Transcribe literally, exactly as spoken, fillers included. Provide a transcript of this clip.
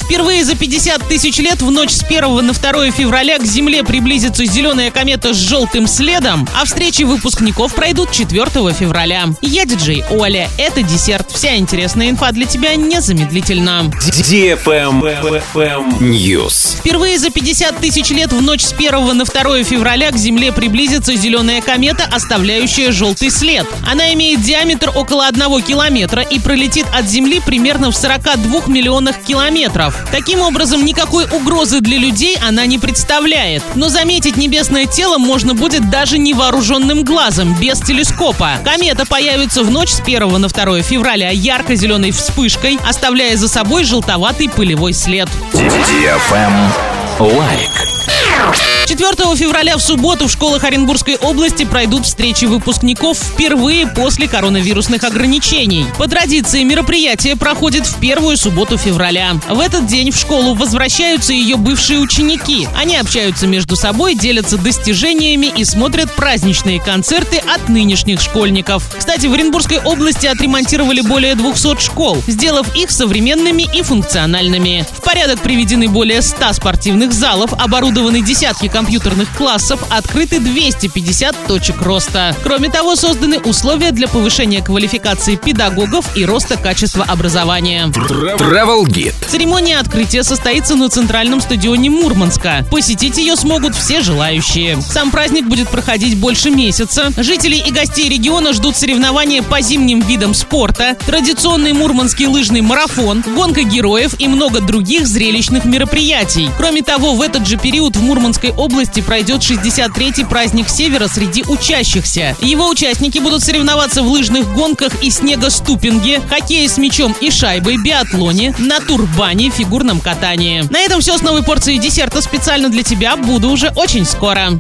Впервые за пятьдесят тысяч лет в ночь с первого на второе февраля к Земле приблизится зеленая комета с желтым следом, а встречи выпускников пройдут четвёртого февраля. Я диджей Оля. Это десерт. Вся интересная инфа для тебя незамедлительно. News. Впервые за пятьдесят тысяч лет в ночь с первого на второе февраля к Земле приблизится зеленая комета, оставляющая желтый след. Она имеет диаметр около одного километра и пролетит от Земли примерно в сорока двух миллионах километров. Таким образом, никакой угрозы для людей она не представляет. Но заметить небесное тело можно будет даже невооруженным глазом, без телескопа. Комета появится в ночь с первого на второе февраля ярко-зеленой вспышкой, оставляя за собой желтоватый пылевой след. Лайк. четвёртого февраля в субботу в школах Оренбургской области пройдут встречи выпускников впервые после коронавирусных ограничений. По традиции мероприятие проходит в первую субботу февраля. В этот день в школу возвращаются ее бывшие ученики. Они общаются между собой, делятся достижениями и смотрят праздничные концерты от нынешних школьников. Кстати, в Оренбургской области отремонтировали более двухсот школ, сделав их современными и функциональными. В порядок приведены более ста спортивных залов, оборудованы десятки компьютерных классов, открыты двести пятьдесят точек роста. Кроме того, созданы условия для повышения квалификации педагогов и роста качества образования. Travel Guide. Церемония открытия состоится на центральном стадионе Мурманска. Посетить ее смогут все желающие. Сам праздник будет проходить больше месяца. Жителей и гостей региона ждут соревнования по зимним видам спорта, традиционный мурманский лыжный марафон, гонка героев и много других зрелищных мероприятий. Кроме того, в этот же период в Мурманской области пройдет шестьдесят третий праздник Севера среди учащихся. Его участники будут соревноваться в лыжных гонках и снегоступинге, хоккее с мячом и шайбой, биатлоне, натурбане, фигурном катании. На этом все с новой порцией десерта специально для тебя. Буду уже очень скоро.